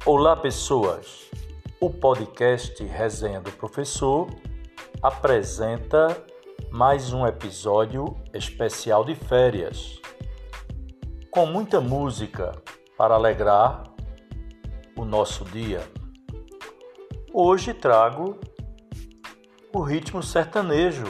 Olá, pessoas! O podcast Resenha do Professor apresenta mais um episódio especial de férias, com muita música para alegrar o nosso dia. Hoje trago o ritmo sertanejo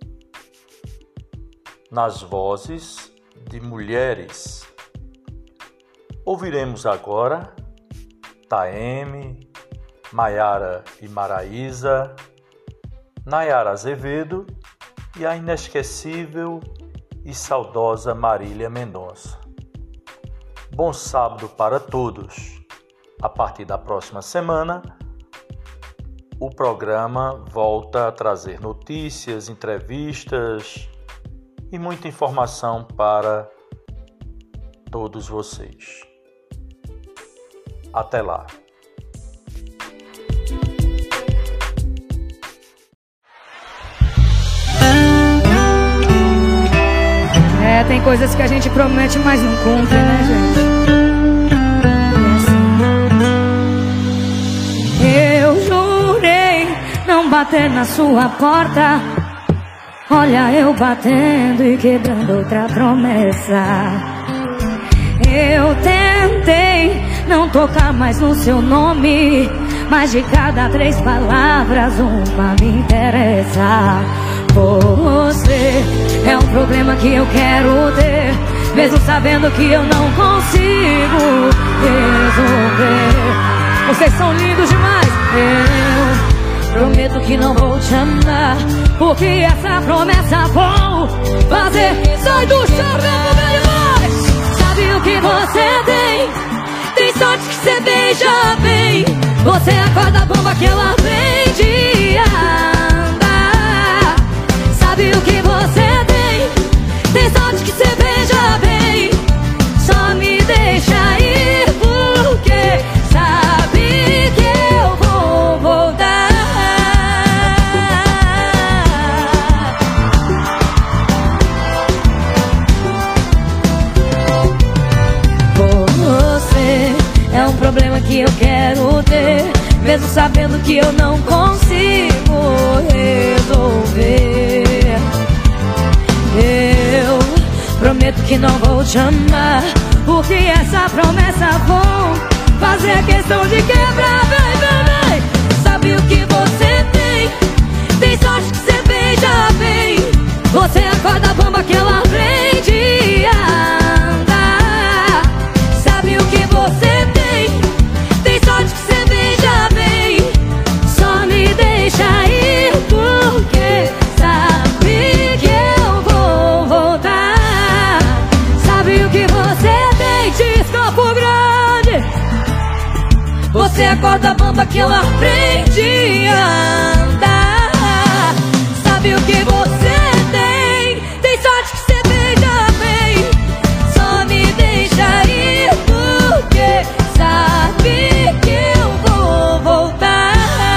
nas vozes de mulheres. Ouviremos agora Taeme, Maiara e Maraísa, Nayara Azevedo e a inesquecível e saudosa Marília Mendonça. Bom sábado para todos! A partir da próxima semana, o programa volta a trazer notícias, entrevistas e muita informação para todos vocês. Até lá! Tem coisas que a gente promete, mas não cumpre, né, gente? Eu jurei não bater na sua porta. Olha eu batendo e quebrando outra promessa. Eu tentei não tocar mais no seu nome, mas de cada 3 palavras uma me interessa. Você é um problema que eu quero ter, mesmo sabendo que eu não consigo resolver. Vocês são lindos demais. Eu prometo que não vou te amar, porque essa promessa vou fazer. Sai do chão, meu demais. Sabe o que você tem? Tem sorte que você beija bem. Você acorda a bomba que ela aprende a andar. Sabe o que você tem? Tem sorte que você beija bem. Só me deixa ir porque sabe que eu vou voltar. Você é um problema que eu quero ter, mesmo sabendo que eu não consigo resolver. Eu prometo que não vou te amar, porque essa promessa vou fazer questão de quebrar. Vem, vem, vem. Sabe o que você tem? Tem sorte que você beija bem. Você acorda a bomba que ela aprende a andar. Sabe o que você tem? Tem sorte que você beija bem. Só me deixa ir porque sabe que eu vou voltar. Sabe o que você tem? Diz Campo Grande. Você acorda a bamba que ela aprende a andar. Sabe o que você tem? Tem sorte que você beija bem. Só me deixa ir porque sabe que eu vou voltar.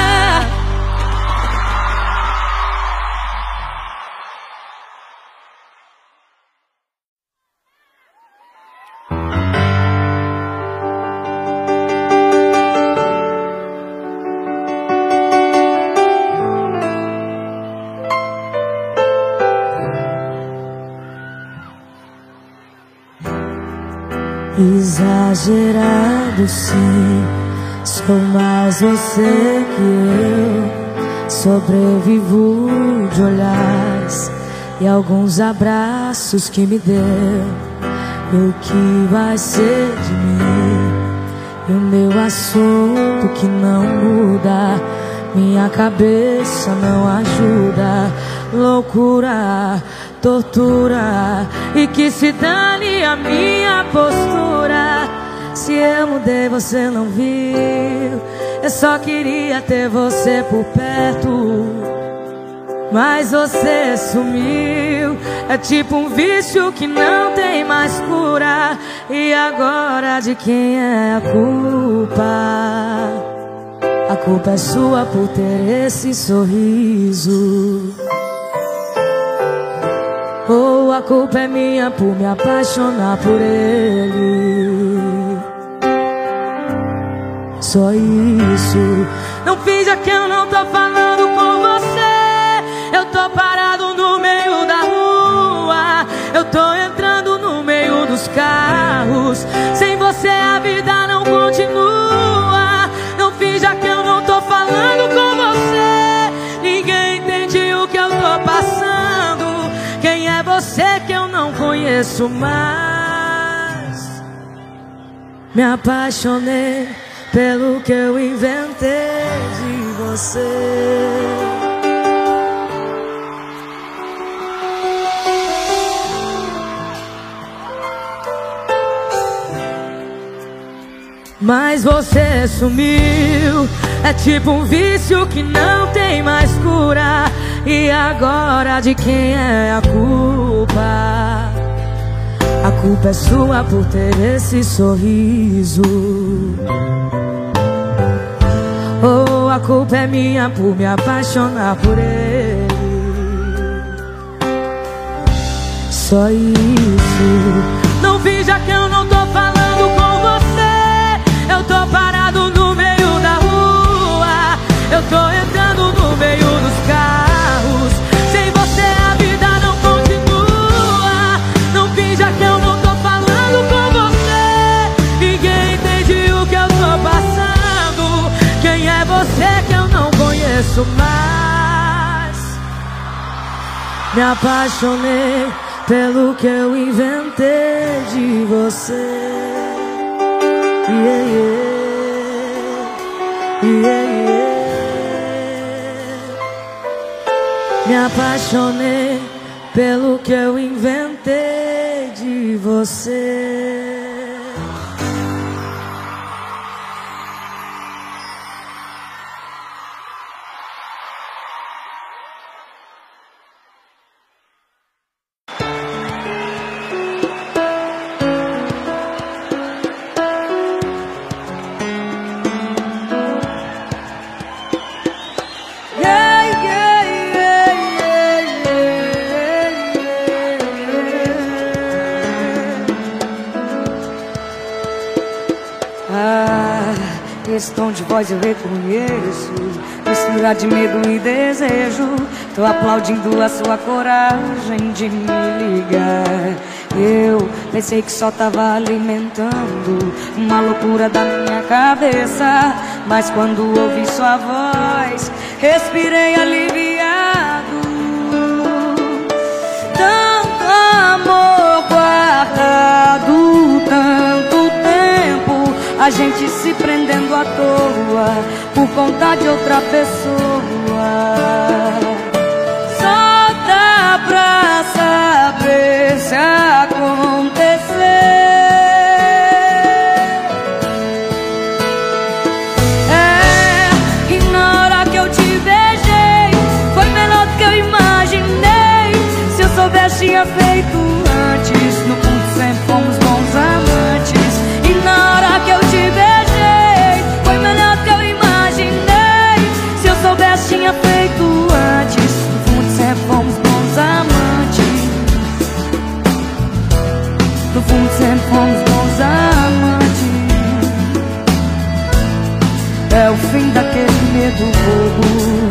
Exagerado sim, sou mais você que eu. Sobrevivo de olhares e alguns abraços que me deu. E o que vai ser de mim? E o meu assunto que não muda, minha cabeça não ajuda. Loucura, tortura, e que se dane a minha postura. Se eu mudei você não viu, eu só queria ter você por perto, mas você sumiu. É tipo um vício que não tem mais cura. E agora de quem é a culpa? A culpa é sua por ter esse sorriso, ou a culpa é minha por me apaixonar por ele. só isso. Não finja que eu não tô falando com você. Eu tô parado no meio da rua, eu tô entrando no meio dos carros. Sem você a vida não continua. Não finja que eu não tô falando com você. Ninguém entende o que eu tô passando. Quem é você que eu não conheço mais? Me apaixonei pelo que eu inventei de você. Mas você sumiu. É tipo um vício que não tem mais cura. E agora de quem é a culpa? A culpa é sua por ter esse sorriso. Ou a culpa é minha por me apaixonar por ele. Só isso. Não finja que eu não tô falando com você. Eu tô parado no meio da rua, eu tô entrando no meio dos carros. Sem você a vida não continua. Não finja que eu não tô falando com você. Ninguém entende o que eu tô passando. Quem é você que eu não conheço mais? Me apaixonei pelo que eu inventei de você. Yeah, yeah. Yeah, yeah. Me apaixonei pelo que eu inventei de você. Esse tom de voz eu reconheço, mistura de medo e desejo. Tô aplaudindo a sua coragem de me ligar. Eu pensei que só tava alimentando uma loucura da minha cabeça, mas quando ouvi sua voz, respirei aliviado. Tanto amor guardado, tanto tempo, a gente se prendendo à toa por conta de outra pessoa. Só dá pra saber se acontecer. E na hora que eu te beijei, foi melhor do que eu imaginei. Se eu soubesse tinha feito antes, no fundo sempre fomos bons amantes. E na hora que eu te beijei, foi melhor do que eu imaginei. Se eu soubesse tinha feito antes, no fundo sempre fomos bons amantes. No fundo sempre fomos bons amantes. É o fim daquele medo bobo.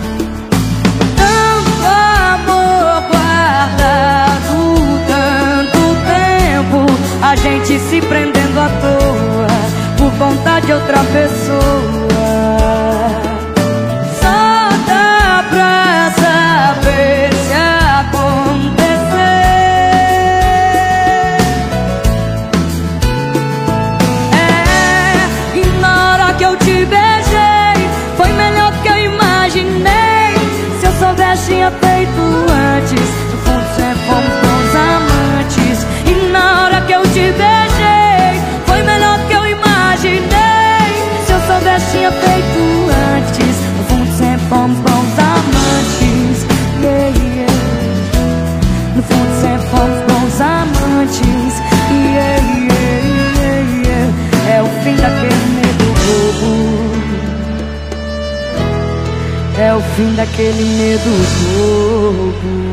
Tanto amor guardado, tanto tempo, a gente se prendendo à toa por conta de outra pessoa. Só dá pra saber se acontecer. E na hora que eu te beijei, foi melhor do que eu imaginei. Se eu soubesse tinha feito antes, no fundo sempre fomos bons amantes. E na hora que eu te beijei, foi melhor do que eu imaginei. Se eu soubesse tinha feito antes, no fundo sempre fomos bons amantes. Yeah, yeah. No fundo sempre fomos bons amantes. Yeah, yeah, yeah, yeah. É o fim daquele medo bobo. É o fim daquele medo bobo.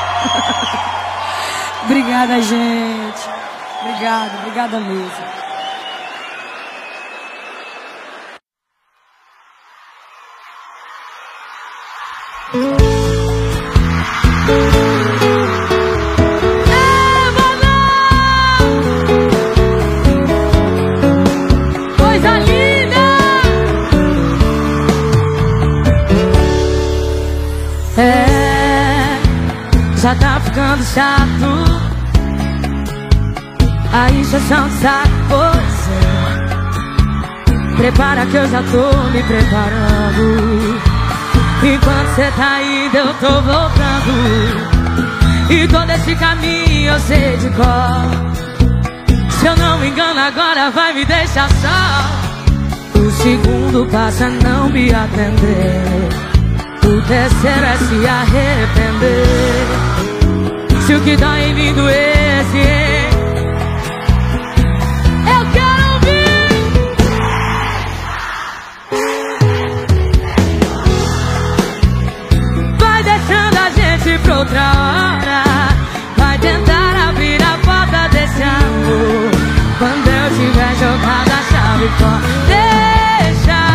Obrigada, gente. Obrigada mesmo. Coisa linda! Já tá ficando chato a encheção de saco, pois é. Prepara que eu já tô me preparando. Enquanto cê tá indo eu tô voltando. E todo esse caminho eu sei de cor. Se eu não me engano agora vai me deixar só. O segundo passa a não me atender. O terceiro é se arrepender. Se o que dói em mim doesse, eu quero ouvir. Vai deixando a gente pra outra hora. Vai tentar abrir a porta desse amor. Quando eu tiver jogado a chave fora, deixa.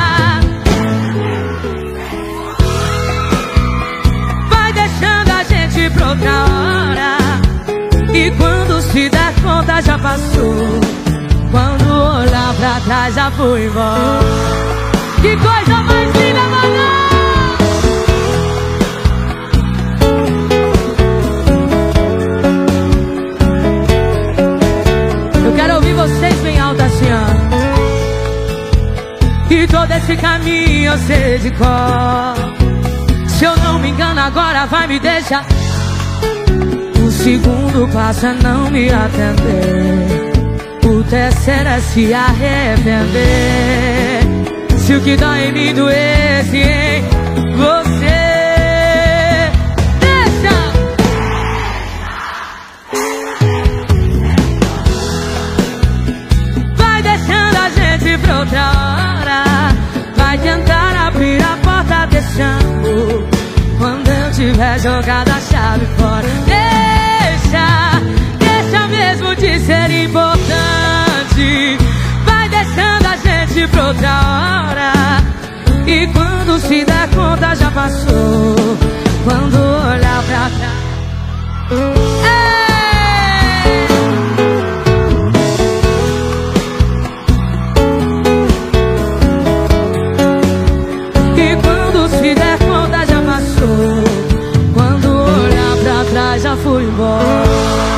Pra outra hora. E quando se der conta já passou. Quando olhar pra trás já foi embora. Que coisa mais linda, mano! Eu quero ouvir vocês bem alto assim, ó. E todo esse caminho eu sei de cor. Se eu não me engano agora vai me deixar. O segundo passo é não me atender. O terceiro é se arrepender. Se o que dói em mim doesse em você, deixa. Vai deixando a gente pra outra hora. Vai tentar abrir a porta desse amor. Quando eu tiver jogado a chave fora, deixa mesmo de ser importante. Vai deixando a gente pra outra hora. E quando se der conta já passou. Quando olhar pra trás, e quando se der conta já passou. Quando olhar pra trás já fui embora.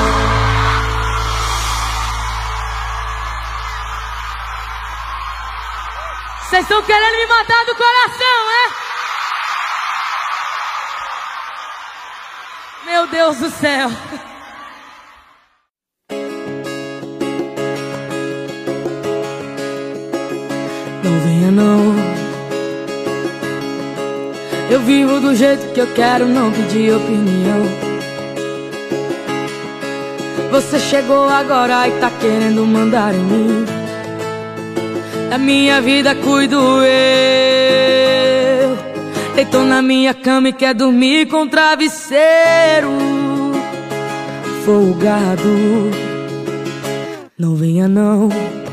Vocês estão querendo me matar do coração, é? Meu Deus do céu. Não venha não. Eu vivo do jeito que eu quero, não pedi opinião. Você chegou agora e tá querendo mandar em mim. Da minha vida cuido eu. Deitou na minha cama e quer dormir com travesseiro folgado. Não venha não.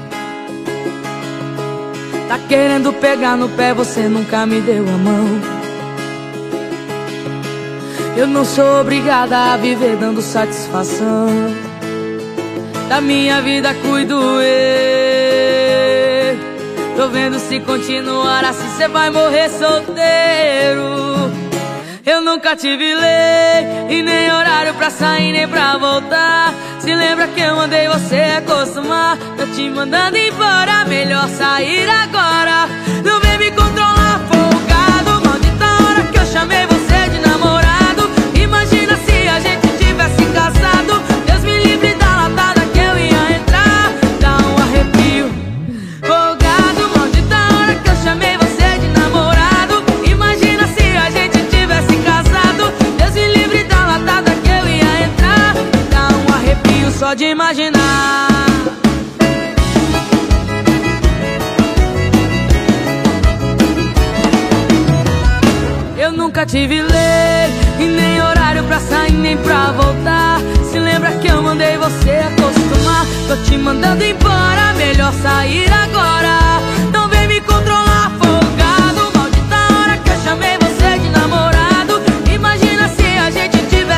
Tá querendo pegar no pé, você nunca me deu a mão. Eu não sou obrigada a viver dando satisfação. Da minha vida cuido eu. Tô vendo se continuar assim cê vai morrer solteiro. Eu nunca tive lei e nem horário pra sair nem pra voltar. Se lembra que eu mandei você acostumar. Tô te mandando embora, melhor sair agora. Não vem me controlar, folgado. Maldita hora que eu chamei você de namorado. Imagina se a gente tivesse casado. Deus me livre da latada que eu ia entrar. Dá um arrepio, folgado. Maldita hora que eu chamei você de namorado. Imagina se a gente tivesse casado. Deus me livre da latada que eu ia entrar. Dá um arrepio só de imaginar. Eu nunca tive lei e nem horário pra sair nem pra voltar. Se lembra que eu mandei você acostumar. Tô te mandando embora, melhor sair agora. Não vem me controlar, folgado. Maldita hora que eu chamei você de namorado. Imagina se a gente tivesse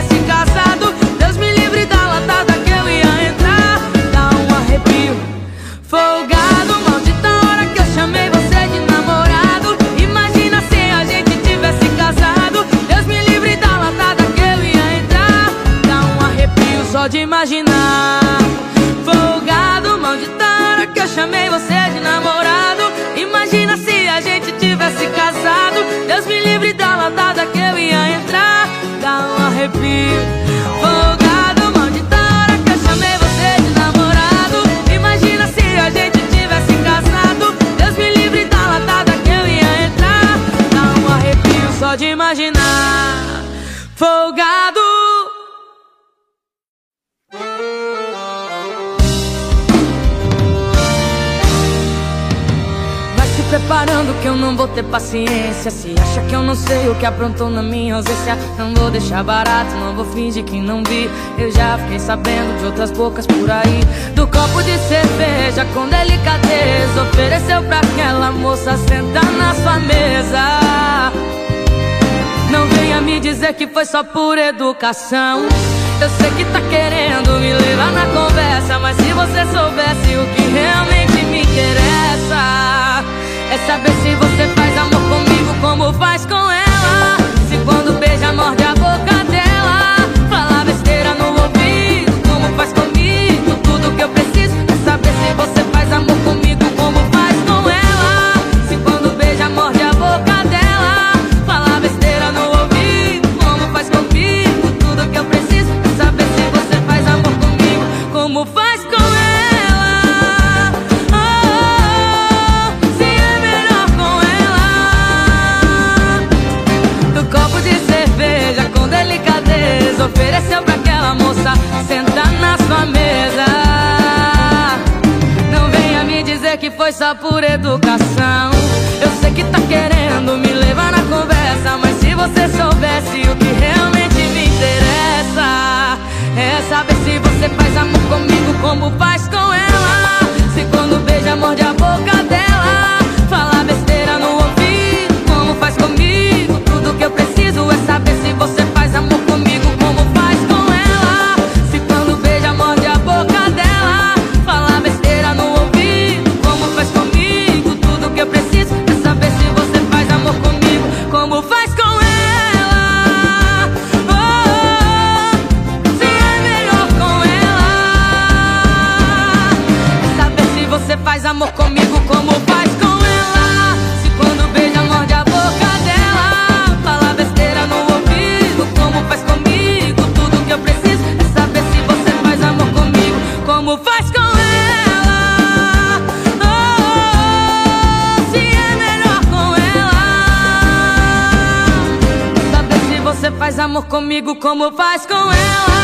só de imaginar. Folgado, maldita hora que eu chamei você de namorado. Imagina se a gente tivesse casado. Deus me livre da latada que eu ia entrar. Dá um arrepio. Folgado, maldita hora que eu chamei você de namorado. Imagina se a gente tivesse casado. Deus me livre da latada que eu ia entrar. Dá um arrepio só de imaginar. Folgado. Preparando que eu não vou ter paciência. Se acha que eu não sei o que aprontou na minha ausência, não vou deixar barato, não vou fingir que não vi. Eu já fiquei sabendo de outras bocas por aí. Do copo de cerveja com delicadeza ofereceu pra aquela moça sentar na sua mesa. Não venha me dizer que foi só por educação. Eu sei que tá querendo me levar na conversa, mas se você soubesse o que realmente me interessa, é saber se você faz amor comigo como faz com ela. Se quando beija morde a boca dela, fala besteira no ouvido como faz comigo. Tudo que eu preciso é saber se você faz amor comigo como faz com ela. Se quando beija morde a boca dela, fala besteira no ouvido como faz comigo. Tudo que eu preciso é saber se você faz amor comigo como faz com ela. Ofereceu pra aquela moça sentar na sua mesa. Não venha me dizer que foi só por educação. Eu sei que tá querendo me levar na conversa, mas se você soubesse o que realmente me interessa, é saber se você faz amor comigo como faz com ela. Se quando beija morde a boca dela, fala besteira no ouvido como faz comigo. Tudo que eu preciso é saber se você faz amor comigo como faz com ela. Se quando beija morde a boca dela, fala besteira no ouvido como faz comigo. Tudo que eu preciso é saber se você faz amor comigo como faz com ela. Se é melhor com ela, é saber se você faz amor comigo como faz com ela. Se quando beija morde a boca dela, fala besteira no ouvido como faz comigo. Tudo que eu preciso é saber se você faz amor comigo como faz com ela. Se é melhor com ela, saber se você faz amor comigo como faz com ela.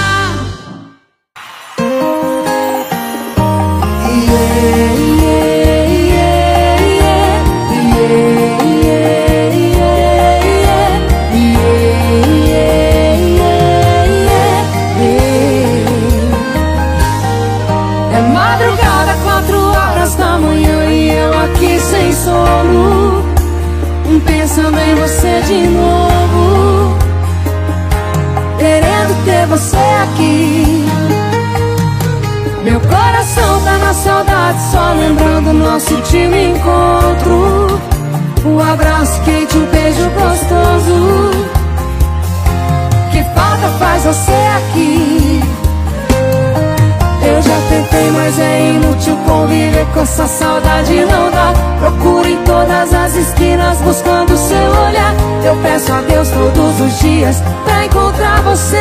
É madrugada, 4 horas da manhã e eu aqui sem sono, pensando em você de novo, querendo ter você aqui. Meu coração tá na saudade, só lembrando nosso último encontro. Um abraço quente, um beijo gostoso. Que falta faz você aqui? Eu já tentei, mas é inútil conviver com essa saudade, não dá. Procuro em todas as esquinas buscando seu olhar. Eu peço a Deus todos os dias pra encontrar você,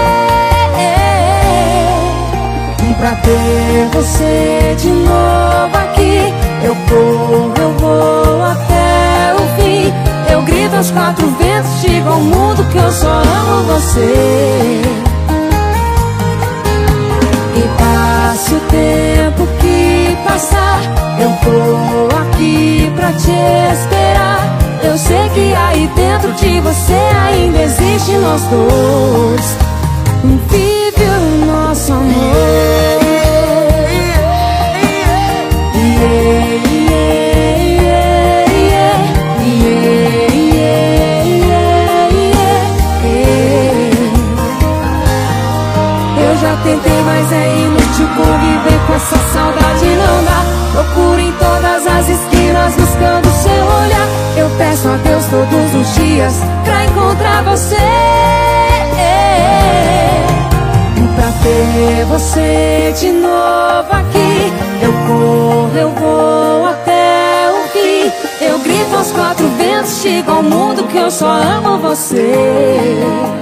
pra ter você de novo aqui. Eu corro, eu vou até o fim. Eu grito aos 4 ventos, digo ao mundo que eu só amo você. E passe o tempo que passar, eu tô aqui pra te esperar. Eu sei que aí dentro de você ainda existe nós dois. Vive o nosso amor. Eu já tentei, mas é inútil conviver com essa saudade, não dá. Procuro em todas as esquinas buscando seu olhar. Eu peço a Deus todos os dias pra encontrar você, pra ter ter você de novo aqui. Eu corro, eu vou até o fim. Eu grito aos quatro ventos, digo ao mundo que eu só amo você.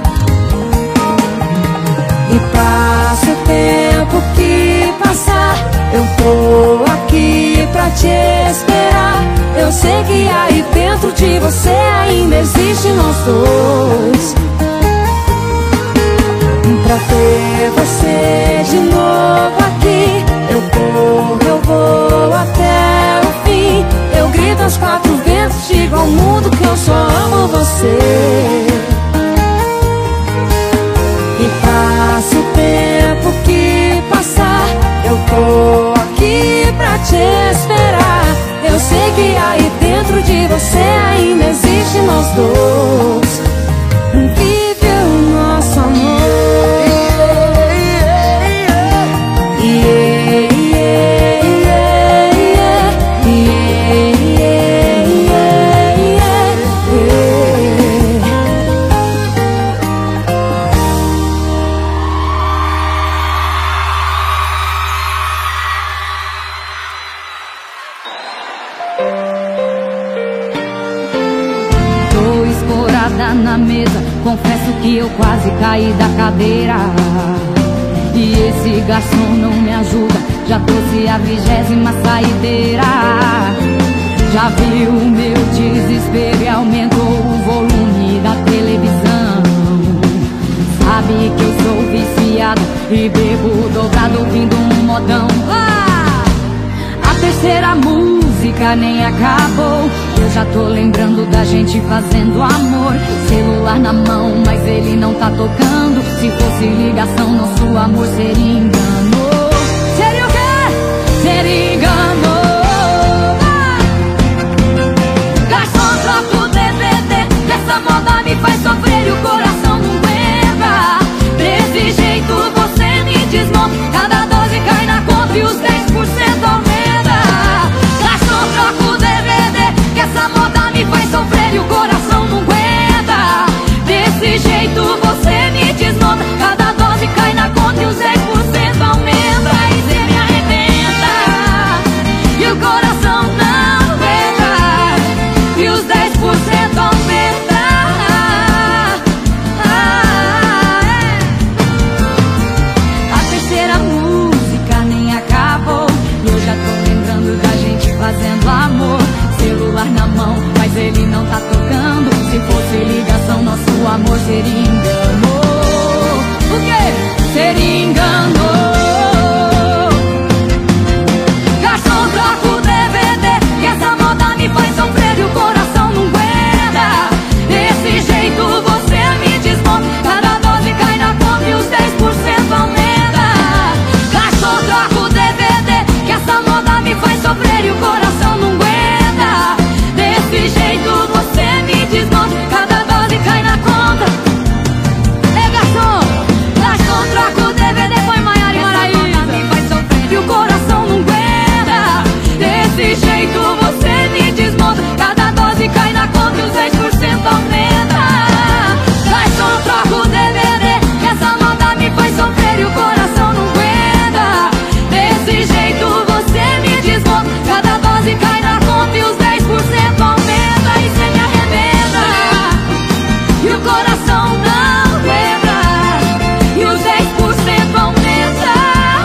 E passa o tempo que passar, eu tô aqui pra te esperar. Eu sei que aí dentro de você ainda existe nós dois. Pra ter você de novo aqui, eu corro, eu vou até o fim. Eu grito aos quatro ventos, digo ao mundo que eu só amo você. E passa o tempo que passar, eu tô aqui pra te esperar. Eu sei que aí dentro de você ainda existe nós dois. Vive o nosso amor. Na mesa, confesso que eu quase caí da cadeira. E esse garçom não me ajuda, já trouxe a 20ª saideira. Já viu o meu desespero e aumentou o volume da televisão. Sabe que eu sou viciado e bebo dobrado ouvindo um modão. A terceira música nem acabou, eu já tô lembrando da gente fazendo amor. Celular na mão, mas ele não tá tocando. Se fosse ligação, nosso amor seria engano. Seria o quê? Seria engano. Garçom, troca o DVD, que essa moda me faz sofrer e o coração não aguenta. Desse jeito você me desmonta, cada 12 cai na conta e os 10% aumenta. Garçom, troca o DVD, que essa moda me faz sofrer e o coração não aguenta. Desse jeito você me desmonta, cada 12 cai na conta e os 10% aumenta. E cê me arrebenta, e o coração não aguenta, e os 10% aumenta. A terceira música nem acabou, e eu já tô lembrando da gente fazendo amor. Celular na mão, mas ele não tá tocando. Se fosse ligação, nosso amor seria engano. O quê? Seria engano. Garçom, troca o DVD, que essa moda me faz sofrer e o coração não aguenta. Desse jeito você me desmonta, cada 12 cai na conta e os 10% aumenta. Garçom, troca o DVD, que essa moda me faz sofrer e o coração não aguenta. Desse jeito você me desmonta, cada 12 cai na conta. É garçom, garçom, troca o DVD, foi Maiara e Maraísa. Me faz sofrer e o coração não aguenta. Desse jeito você me desmonta, cada 12 cai na conta e os 10% aumenta. Garçom, troca o DVD, que essa moda me faz sofrer e o coração não aguenta. Desse jeito você me desmonta, cada 12 cai na conta e os 10% aumenta. E cê me arrebenta, e o coração não aguenta, e os 10% aumenta.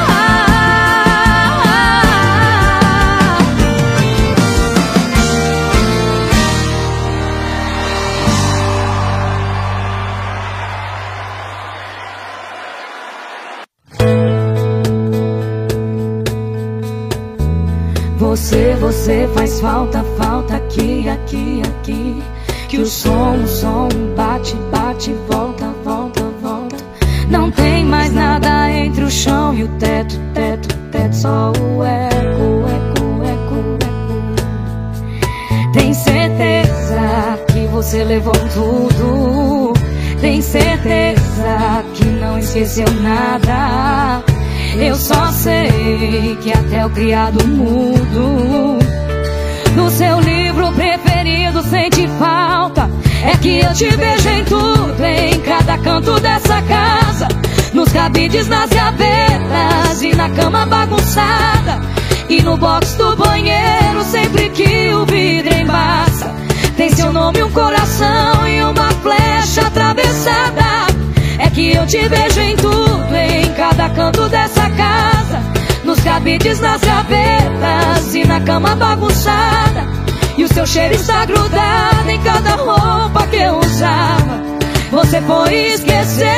Você faz falta, falta aqui, aqui, aqui. Que o som bate, bate, volta, volta, volta. Não tem mais nada entre o chão e o teto, teto, teto. Só o eco, eco, eco, eco. Tem certeza que você levou tudo? Tem certeza que não esqueceu nada? Eu só sei que até o criado mudo no seu livro preferido sente falta. É que eu te vejo em tudo, em cada canto dessa casa. nos cabides, nas gavetas e na cama bagunçada, e no box do banheiro sempre que o vidro embaça. Tem seu nome, um coração e uma flecha atravessada. É que eu te vejo em tudo, em cada canto dessa casa, nos cabides, nas gavetas e na cama bagunçada, e o seu cheiro está grudado em cada roupa que eu usava. Você foi e esqueceu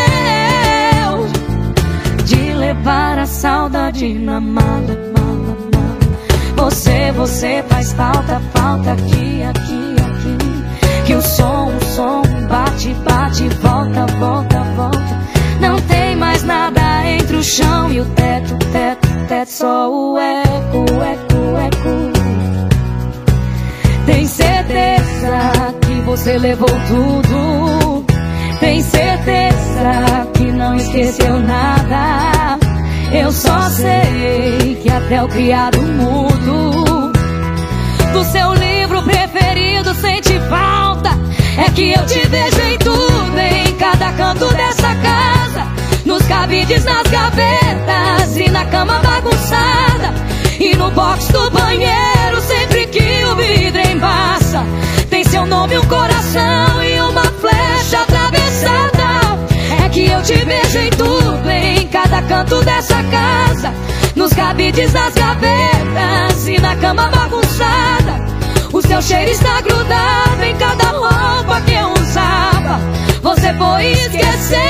de levar a saudade na mala, mala, mala. Você faz falta, falta aqui, aqui, aqui. Que o som bate, bate, volta, volta, volta. Não tem mais nada entre o chão e o teto, teto, teto. Só o eco, eco, eco. Tem certeza que você levou tudo? Tem certeza que não esqueceu nada? Eu só sei que até o criado mudo do seu livro preferido sente falta. É que eu te vejo em tudo, em cada canto dessa casa, nos cabides, nas gavetas e na cama bagunçada, e no box do banheiro sempre que o vidro embaça. Tem seu nome, um coração e uma flecha atravessada. É que eu te vejo em tudo, em cada canto dessa casa, nos cabides, nas gavetas e na cama bagunçada. O seu cheiro está grudado em cada roupa que eu usava. Você foi e esqueceu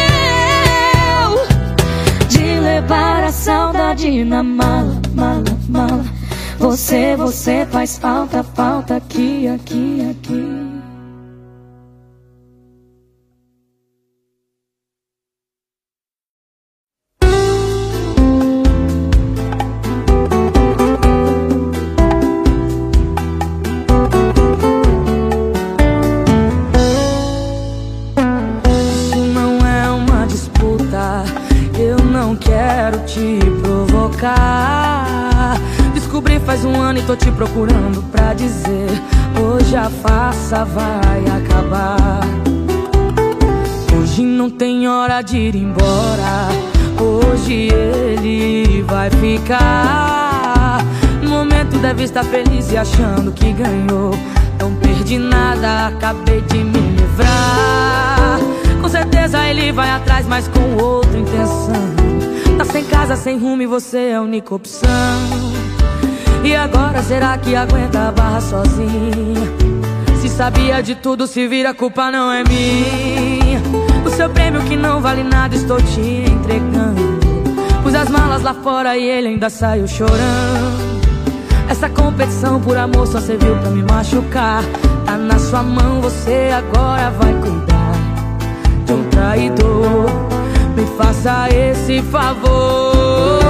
de levar a saudade na mala, mala, mala. Você faz falta, falta aqui, aqui, aqui. Descobri faz um ano e tô te procurando pra dizer: hoje a farsa vai acabar. Hoje não tem hora de ir embora. Hoje ele vai ficar. No momento deve estar feliz e achando que ganhou. Não perdi nada, acabei de me livrar. Com certeza ele vai atrás, mas com outra intenção. Tá sem casa, sem rumo e você é a única opção. E agora será que aguenta a barra sozinha? Se sabia de tudo, se vira, a culpa não é minha. O seu prêmio que não vale nada estou te entregando. Pus as malas lá fora e ele ainda saiu chorando. Essa competição por amor só serviu pra me machucar. Tá na sua mão, você agora vai cuidar de um traidor. Me faça esse favor.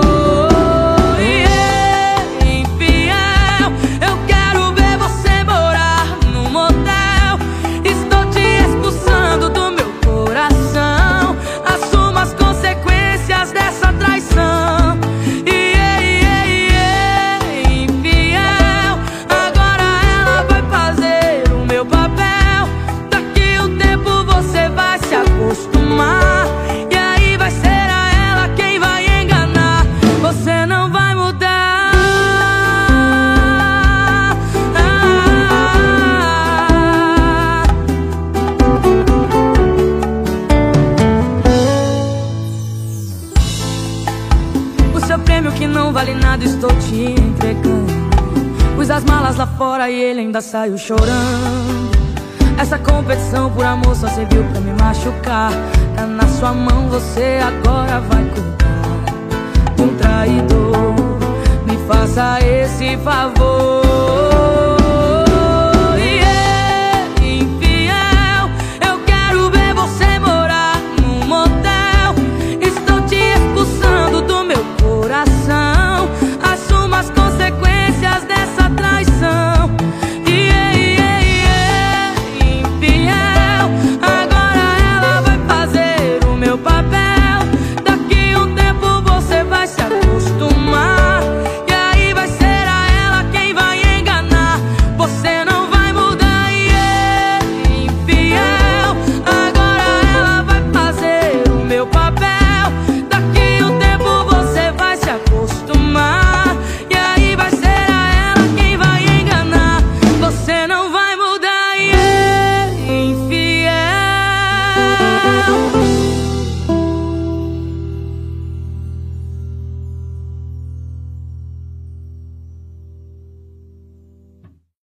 Infiel, eu quero ver você morar num motel. Estou te expulsando do meu coração. Assuma as consequências dessa traição. Infiel, agora ela vai fazer o meu papel. Daqui um tempo você vai se acostumar. Você não vai mudar. O seu prêmio que não vale nada estou te entregando. Pus as malas lá fora e ele ainda saiu chorando. Essa competição por amor só serviu pra me machucar. Tá na sua mão, você agora vai cuidar. Um traidor, me faça esse favor.